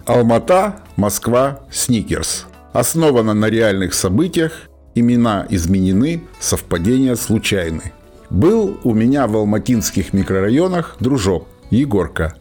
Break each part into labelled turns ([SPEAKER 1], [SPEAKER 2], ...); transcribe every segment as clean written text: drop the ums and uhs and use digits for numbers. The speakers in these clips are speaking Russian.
[SPEAKER 1] Алма-Ата, Москва, Сникерс. Основана на реальных событиях, имена изменены, совпадения случайны. Был у меня в алматинских микрорайонах дружок Егорка.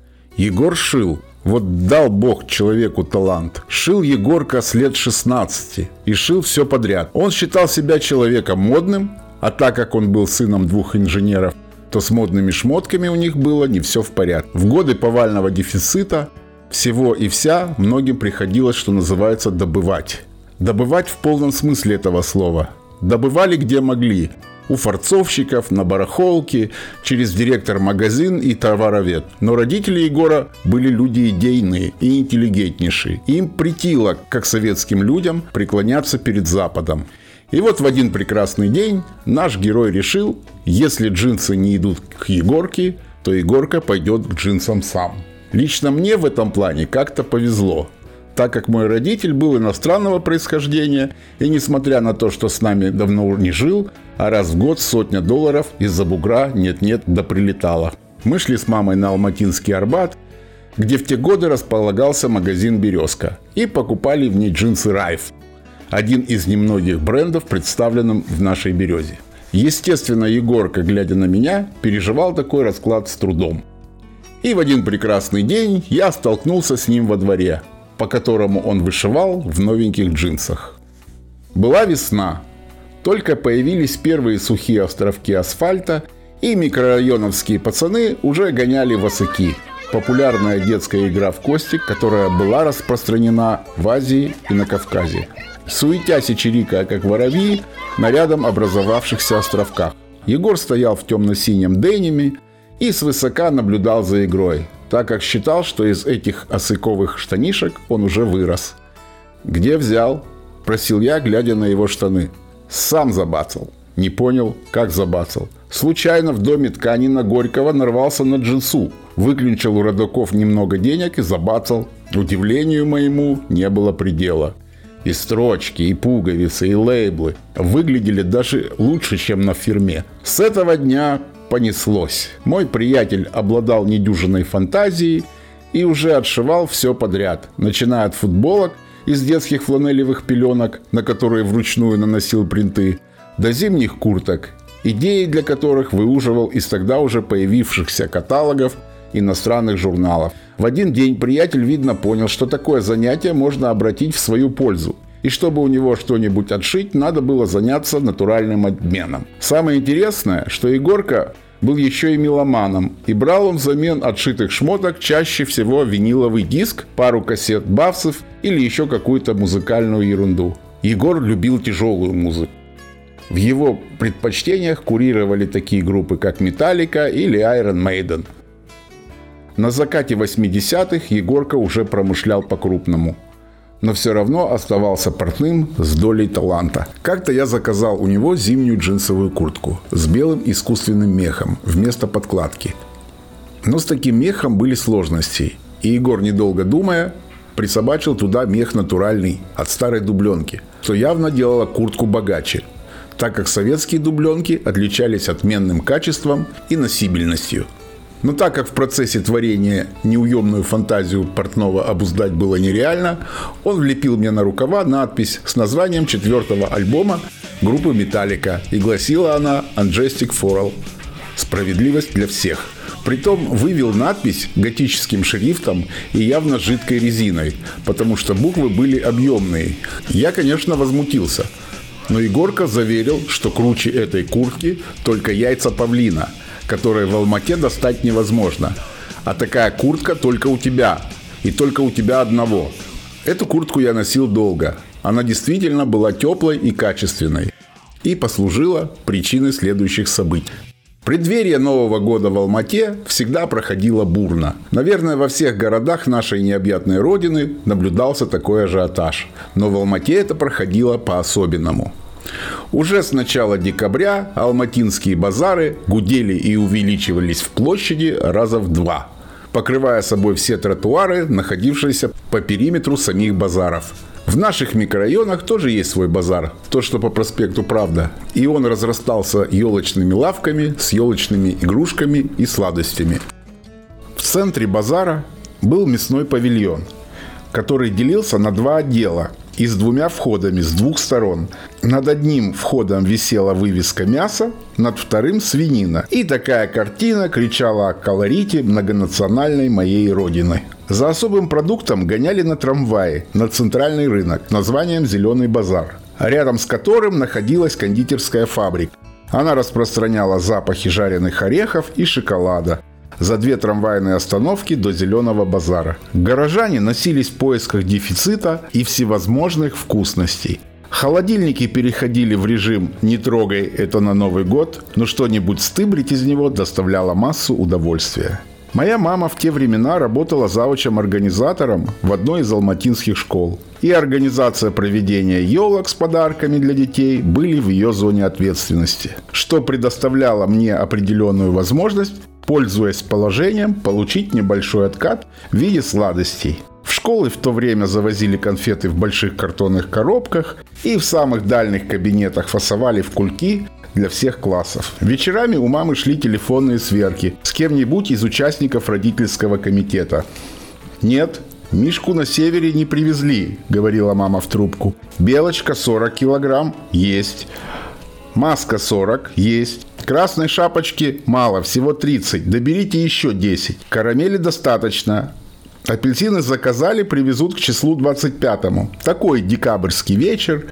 [SPEAKER 1] Егор шил. Вот дал Бог человеку талант. Шил Егорка с лет 16 и шил все подряд. Он считал себя человеком модным, а так как он был сыном 2 инженеров, то с модными шмотками у них было не все в порядке. В годы повального дефицита всего и вся многим приходилось, что называется, добывать. Добывать в полном смысле этого слова. Добывали где могли. У фарцовщиков, на барахолке, через директор-магазин и товаровед. Но родители Егора были люди идейные и интеллигентнейшие. Им претило, как советским людям, преклоняться перед Западом. И вот в один прекрасный день наш герой решил, если джинсы не идут к Егорке, то Егорка пойдет к джинсам сам. Лично мне в этом плане как-то повезло, так как мой родитель был иностранного происхождения, и несмотря на то, что с нами давно не жил, а раз в год $100 из-за бугра нет-нет да прилетало. Мы шли с мамой на Алматинский Арбат, где в те годы располагался магазин «Березка», и покупали в ней джинсы «Райф», один из немногих брендов, представленным в нашей «Березе». Естественно, Егорка, глядя на меня, переживал такой расклад с трудом. И в один прекрасный день я столкнулся с ним во дворе, по которому он вышивал в новеньких джинсах. Была весна. Только появились первые сухие островки асфальта, и микрорайоновские пацаны уже гоняли васыки. Популярная детская игра в кости, которая была распространена в Азии и на Кавказе. Суетясь и чирикая, как воробьи, на рядом образовавшихся островках. Егор стоял в темно-синем дениме и свысока наблюдал за игрой, так как считал, что из этих осыковых штанишек он уже вырос. «Где взял?» – просил я, глядя на его штаны. «Сам забацал». Не понял, как забацал. Случайно в доме тканина Горького нарвался на джинсу. Выклинчил у родаков немного денег и забацал. Удивлению моему не было предела. И строчки, и пуговицы, и лейблы выглядели даже лучше, чем на фирме. С этого дня понеслось. Мой приятель обладал недюжинной фантазией и уже отшивал все подряд, начиная от футболок из детских фланелевых пеленок, на которые вручную наносил принты, до зимних курток, идеи для которых выуживал из тогда уже появившихся каталогов иностранных журналов. В один день приятель, видно, понял, что такое занятие можно обратить в свою пользу. И чтобы у него что-нибудь отшить, надо было заняться натуральным обменом. Самое интересное, что Егорка был еще и меломаном, и брал он взамен отшитых шмоток чаще всего виниловый диск, пару кассет бавсов или еще какую-то музыкальную ерунду. Егор любил тяжелую музыку. В его предпочтениях курировали такие группы, как Metallica или Iron Maiden. На закате 80-х Егорка уже промышлял по-крупному, но все равно оставался портным с долей таланта. Как-то я заказал у него зимнюю джинсовую куртку с белым искусственным мехом вместо подкладки. Но с таким мехом были сложности, и Егор, недолго думая, присобачил туда мех натуральный от старой дубленки, что явно делало куртку богаче, так как советские дубленки отличались отменным качеством и носибельностью. Но так как в процессе творения неуемную фантазию портного обуздать было нереально, он влепил мне на рукава надпись с названием 4-го альбома группы Metallica, и гласила она «Unjustice for All» – «Справедливость для всех». Притом вывел надпись готическим шрифтом и явно жидкой резиной, потому что буквы были объемные. Я, конечно, возмутился, но Егорка заверил, что круче этой куртки только яйца павлина, которые в Алма-Ате достать невозможно. А такая куртка только у тебя. И только у тебя одного. Эту куртку я носил долго. Она действительно была теплой и качественной. И послужила причиной следующих событий. Преддверие Нового года в Алма-Ате всегда проходило бурно. Наверное, во всех городах нашей необъятной родины наблюдался такой ажиотаж. Но в Алма-Ате это проходило по-особенному. Уже с начала декабря алматинские базары гудели и увеличивались в площади раза в 2, покрывая собой все тротуары, находившиеся по периметру самих базаров. В наших микрорайонах тоже есть свой базар, то, что по проспекту Правда, и он разрастался елочными лавками с елочными игрушками и сладостями. В центре базара был мясной павильон, который делился на два отдела и с двумя входами с двух сторон. Над одним входом висела вывеска «Мясо», над вторым «Свинина». И такая картина кричала о колорите многонациональной моей родины. За особым продуктом гоняли на трамвае на центральный рынок с названием «Зеленый базар», рядом с которым находилась кондитерская фабрика. Она распространяла запахи жареных орехов и шоколада за 2 трамвайные остановки до Зеленого базара. Горожане носились в поисках дефицита и всевозможных вкусностей. Холодильники переходили в режим «не трогай, это на Новый год», но что-нибудь стыбрить из него доставляло массу удовольствия. Моя мама в те времена работала завучем-организатором в одной из алматинских школ. И организация проведения елок с подарками для детей были в ее зоне ответственности, что предоставляло мне определенную возможность, пользуясь положением, получить небольшой откат в виде сладостей. В школы в то время завозили конфеты в больших картонных коробках и в самых дальних кабинетах фасовали в кульки для всех классов. Вечерами у мамы шли телефонные сверки с кем-нибудь из участников родительского комитета. «Нет, Мишку на севере не привезли», — говорила мама в трубку. «Белочка 40 килограмм? Есть. Маска 40? Есть. Красной шапочки мало, всего 30. Доберите еще 10. Карамели достаточно. Апельсины заказали, привезут к числу 25-му. Такой декабрьский вечер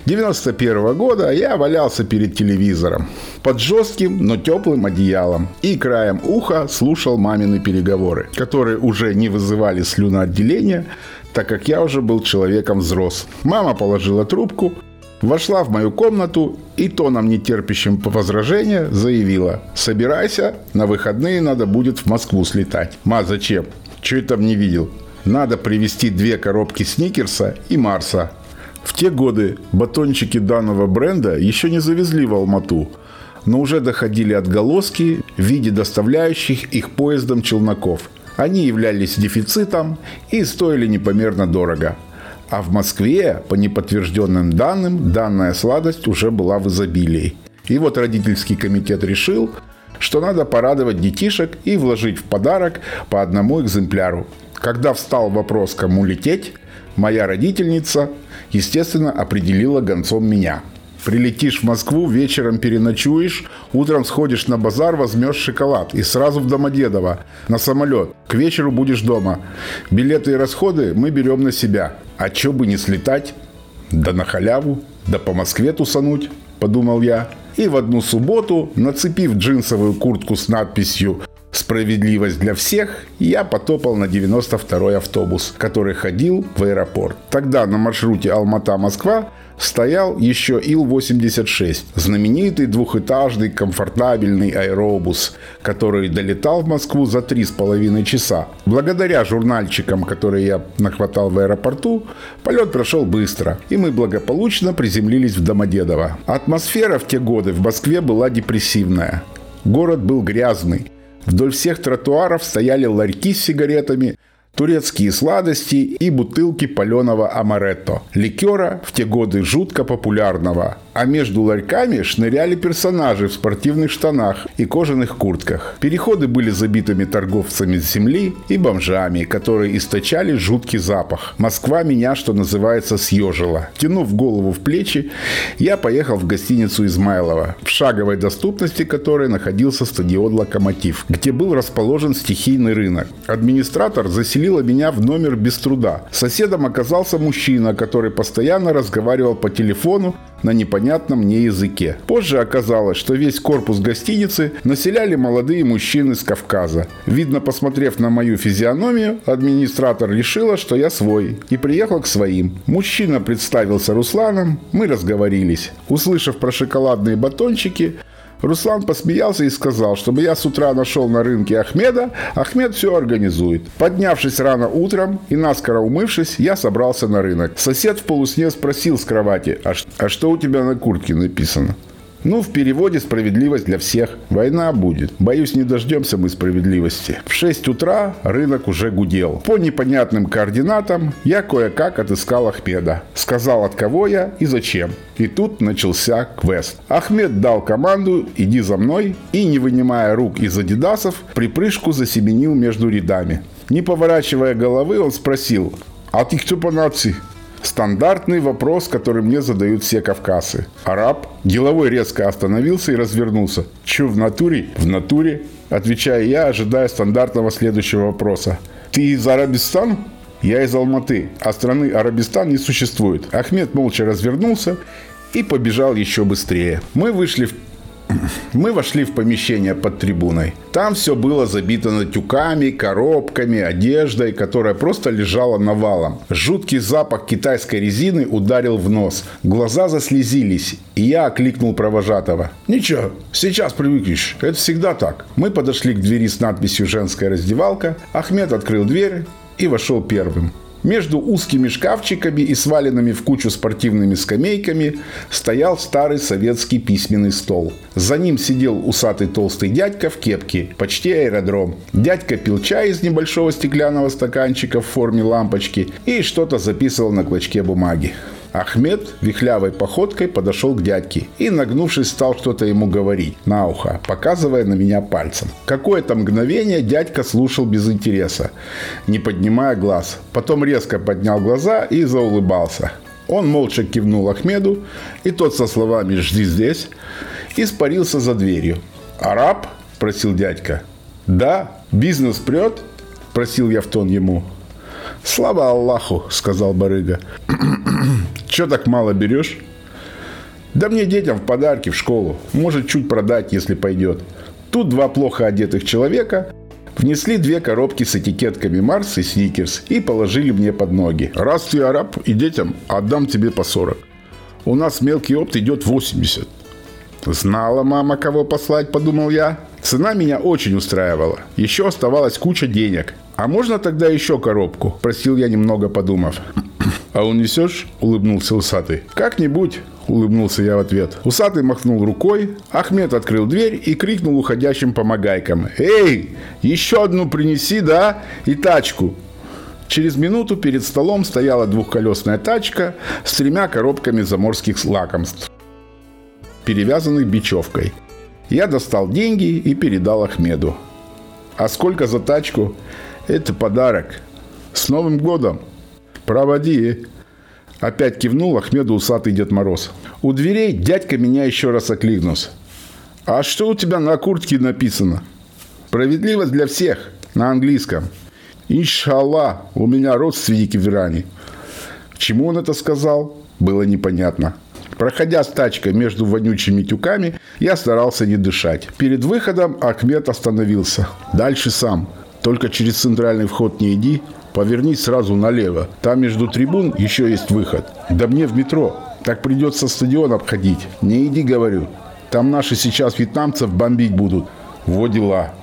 [SPEAKER 1] 91-го года я валялся перед телевизором под жестким, но теплым одеялом и краем уха слушал мамины переговоры, которые уже не вызывали слюноотделения, так как я уже был человеком взрослым. Мама положила трубку, вошла в мою комнату и тоном нетерпящим возражения заявила: «Собирайся, на выходные надо будет в Москву слетать». «Ма, зачем? Чего я там не видел?» «Надо привезти 2 коробки Сникерса и Марса». В те годы батончики данного бренда еще не завезли в Алмату, но уже доходили отголоски в виде доставляющих их поездом челноков. Они являлись дефицитом и стоили непомерно дорого. А в Москве, по неподтвержденным данным, данная сладость уже была в изобилии. И вот родительский комитет решил, что надо порадовать детишек и вложить в подарок по 1 экземпляру. Когда встал вопрос, кому лететь, моя родительница, естественно, определила гонцом меня. Прилетишь в Москву, вечером переночуешь, утром сходишь на базар, возьмешь шоколад и сразу в Домодедово на самолет. К вечеру будешь дома. Билеты и расходы мы берем на себя. А чё бы не слетать? Да на халяву, да по Москве тусануть, подумал я. И в одну субботу, нацепив джинсовую куртку с надписью «Справедливость для всех», я потопал на 92-й автобус, который ходил в аэропорт. Тогда на маршруте Алмата-Москва стоял еще Ил-86, знаменитый двухэтажный комфортабельный аэробус, который долетал в Москву за 3,5 часа. Благодаря журнальчикам, которые я нахватал в аэропорту, полет прошел быстро, и мы благополучно приземлились в Домодедово. Атмосфера в те годы в Москве была депрессивная. Город был грязный. Вдоль всех тротуаров стояли ларьки с сигаретами, турецкие сладости и бутылки паленого амаретто, ликера в те годы жутко популярного. А между ларьками шныряли персонажи в спортивных штанах и кожаных куртках. Переходы были забитыми торговцами земли и бомжами, которые источали жуткий запах. Москва меня, что называется, съежила. Тянув голову в плечи, я поехал в гостиницу «Измайлово», в шаговой доступности которой находился стадион «Локомотив», где был расположен стихийный рынок. Администратор заселила меня в номер без труда. Соседом оказался мужчина, который постоянно разговаривал по телефону на непонятном мне языке. Позже оказалось, что весь корпус гостиницы населяли молодые мужчины с Кавказа. Видно, посмотрев на мою физиономию, администратор решила, что я свой, и приехал к своим. Мужчина представился Русланом, мы разговорились. Услышав про шоколадные батончики, Руслан посмеялся и сказал, чтобы я с утра нашел на рынке Ахмеда, Ахмед все организует. Поднявшись рано утром и наскоро умывшись, я собрался на рынок. Сосед в полусне спросил с кровати: «А что у тебя на куртке написано?» Ну, в переводе «справедливость для всех». Война будет. Боюсь, не дождемся мы справедливости. В 6 утра рынок уже гудел. По непонятным координатам я кое-как отыскал Ахмеда. Сказал, от кого я и зачем. И тут начался квест. Ахмед дал команду «иди за мной» и, не вынимая рук из адидасов, припрыжку засеменил между рядами. Не поворачивая головы, он спросил: А ты кто по нации? Стандартный вопрос, который мне задают все кавказцы. Араб. Деловой резко остановился и развернулся. Че, в натуре? В натуре. Отвечаю я, ожидая стандартного следующего вопроса. Ты из Арабистана? Я из Алматы, а страны Арабистан не существует. Ахмед молча развернулся и побежал еще быстрее. Мы вошли в помещение под трибуной. Там все было забито тюками, коробками, одеждой, которая просто лежала навалом. Жуткий запах китайской резины ударил в нос. Глаза заслезились, и я окликнул провожатого. «Ничего, сейчас привыкнешь. Это всегда так». Мы подошли к двери с надписью «Женская раздевалка». Ахмед открыл дверь и вошел первым. Между узкими шкафчиками и сваленными в кучу спортивными скамейками стоял старый советский письменный стол. За ним сидел усатый толстый дядька в кепке, почти аэродром. Дядька пил чай из небольшого стеклянного стаканчика в форме лампочки и что-то записывал на клочке бумаги. Ахмед вихлявой походкой подошел к дядьке и, нагнувшись, стал что-то ему говорить на ухо, показывая на меня пальцем. Какое-то мгновение дядька слушал без интереса, не поднимая глаз. Потом резко поднял глаза и заулыбался. Он молча кивнул Ахмеду, и тот со словами «Жди здесь» испарился за дверью. «Араб?» – спросил дядька. «Да, бизнес прет?» – просил я в тон ему. «Слава Аллаху», – сказал барыга. «Чё так мало берешь?» «Да мне детям в подарки в школу. Может, чуть продать, если пойдет». Тут два плохо одетых человека внесли 2 коробки с этикетками Марс и Сникерс и положили мне под ноги. «Раз ты араб и детям, отдам тебе по 40. У нас мелкий опт идет 80. «Знала мама, кого послать», – подумал я. Цена меня очень устраивала. Еще оставалась куча денег. «А можно тогда еще коробку?» – просил я, немного подумав. «А унесешь?» – улыбнулся усатый. «Как-нибудь», – улыбнулся я в ответ. Усатый махнул рукой, Ахмед открыл дверь и крикнул уходящим помогайкам. «Эй, еще одну принеси, да? И тачку». Через минуту перед столом стояла двухколесная тачка с 3 коробками заморских лакомств, перевязанных бечевкой. Я достал деньги и передал Ахмеду. «А сколько за тачку?» «Это подарок. С Новым годом!» «Проводи!» Опять кивнул Ахмеду усатый Дед Мороз. У дверей дядька меня еще раз окликнул. «А что у тебя на куртке написано?» «Справедливость для всех» на английском. «Иншаллах, у меня родственники в Иране». К чему он это сказал, было непонятно. Проходя с тачкой между вонючими тюками, я старался не дышать. Перед выходом Ахмед остановился. «Дальше сам. Только через центральный вход не иди. Поверни сразу налево. Там между трибун еще есть выход. Да мне в метро. Так придется стадион обходить. Не иди, говорю. Там наши сейчас вьетнамцев бомбить будут. Во дела».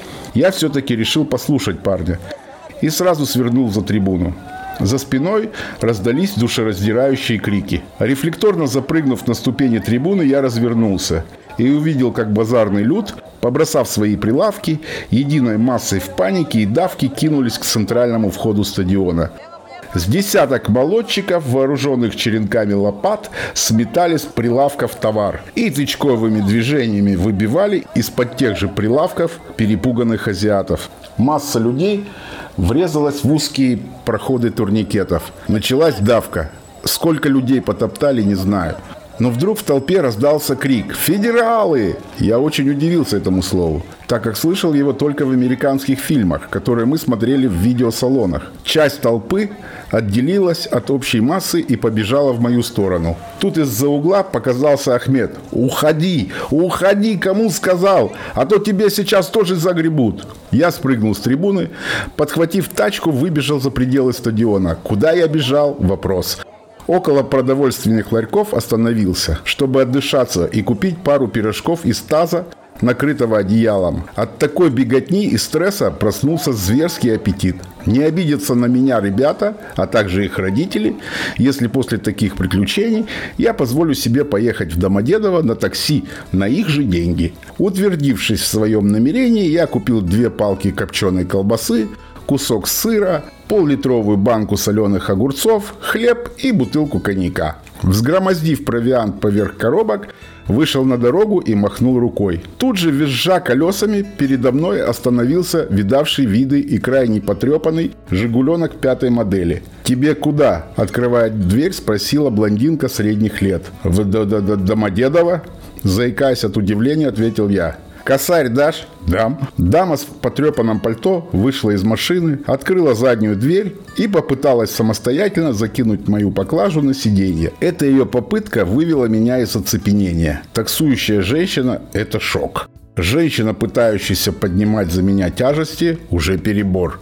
[SPEAKER 1] Я все-таки решил послушать парня. И сразу свернул за трибуну. За спиной раздались душераздирающие крики. Рефлекторно запрыгнув на ступени трибуны, я развернулся и увидел, как базарный люд, побросав свои прилавки, единой массой в панике и давке кинулись к центральному входу стадиона. С десяток молодчиков, вооруженных черенками лопат, сметали с прилавков товар и тычковыми движениями выбивали из-под тех же прилавков перепуганных азиатов. Масса людей врезалась в узкие проходы турникетов. Началась давка. Сколько людей потоптали, не знаю. Но вдруг в толпе раздался крик «Федералы!». Я очень удивился этому слову, так как слышал его только в американских фильмах, которые мы смотрели в видеосалонах. Часть толпы отделилась от общей массы и побежала в мою сторону. Тут из-за угла показался Ахмед. «Уходи! Уходи! Кому сказал? А то тебе сейчас тоже загребут!». Я спрыгнул с трибуны, подхватив тачку, выбежал за пределы стадиона. Куда я бежал? Вопрос. Около продовольственных ларьков остановился, чтобы отдышаться и купить пару пирожков из таза, накрытого одеялом. От такой беготни и стресса проснулся зверский аппетит. Не обидятся на меня ребята, а также их родители, если после таких приключений я позволю себе поехать в Домодедово на такси на их же деньги. Утвердившись в своем намерении, я купил 2 палки копченой колбасы, кусок сыра, пол-литровую банку соленых огурцов, хлеб и бутылку коньяка. Взгромоздив провиант поверх коробок, вышел на дорогу и махнул рукой. Тут же, визжа колесами, передо мной остановился видавший виды и крайне потрепанный «Жигуленок» 5-й модели. «Тебе куда?» – открывая дверь, спросила блондинка средних лет. «В Домодедово?» – заикаясь от удивления, ответил я. «Косарь дашь?» «Дам». Дама в потрепанном пальто вышла из машины, открыла заднюю дверь и попыталась самостоятельно закинуть мою поклажу на сиденье. Эта ее попытка вывела меня из оцепенения. Таксующая женщина – это шок. Женщина, пытающаяся поднимать за меня тяжести, уже перебор.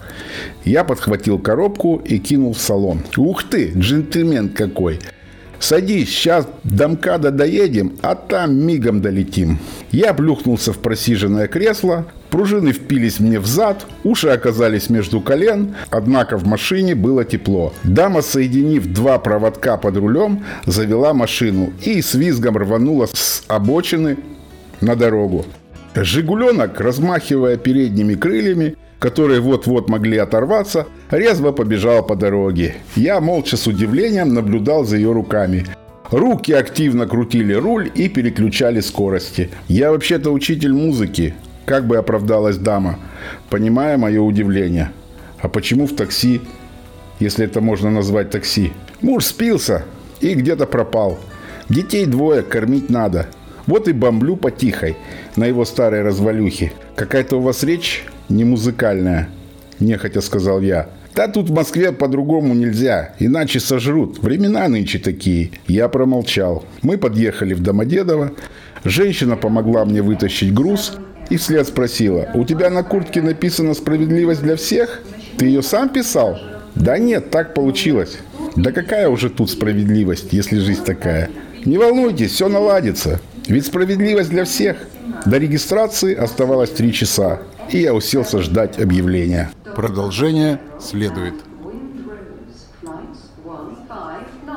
[SPEAKER 1] Я подхватил коробку и кинул в салон. «Ух ты, джентльмен какой! Садись, сейчас до МКАДа доедем, а там мигом долетим». Я плюхнулся в просиженное кресло, пружины впились мне в зад, уши оказались между колен, однако в машине было тепло. Дама, соединив 2 проводка под рулем, завела машину и с визгом рванула с обочины на дорогу. «Жигуленок», размахивая передними крыльями, которые вот-вот могли оторваться, резво побежал по дороге. Я молча с удивлением наблюдал за ее руками. Руки активно крутили руль и переключали скорости. «Я вообще-то учитель музыки», – как бы оправдалась дама, понимая мое удивление. «А почему в такси, если это можно назвать такси?» «Муж спился и где-то пропал. Детей 2, кормить надо. Вот и бомблю потихой на его старой развалюхе. Какая-то у вас речь не музыкальная», – нехотя сказал я. «Да тут в Москве по-другому нельзя, иначе сожрут. Времена нынче такие». Я промолчал. Мы подъехали в Домодедово. Женщина помогла мне вытащить груз и вслед спросила: «У тебя на куртке написано «Справедливость для всех»? Ты ее сам писал?» «Да нет, так получилось». «Да какая уже тут справедливость, если жизнь такая?» «Не волнуйтесь, все наладится. Ведь справедливость для всех». До регистрации оставалось 3 часа, и я уселся ждать объявления.
[SPEAKER 2] Продолжение следует.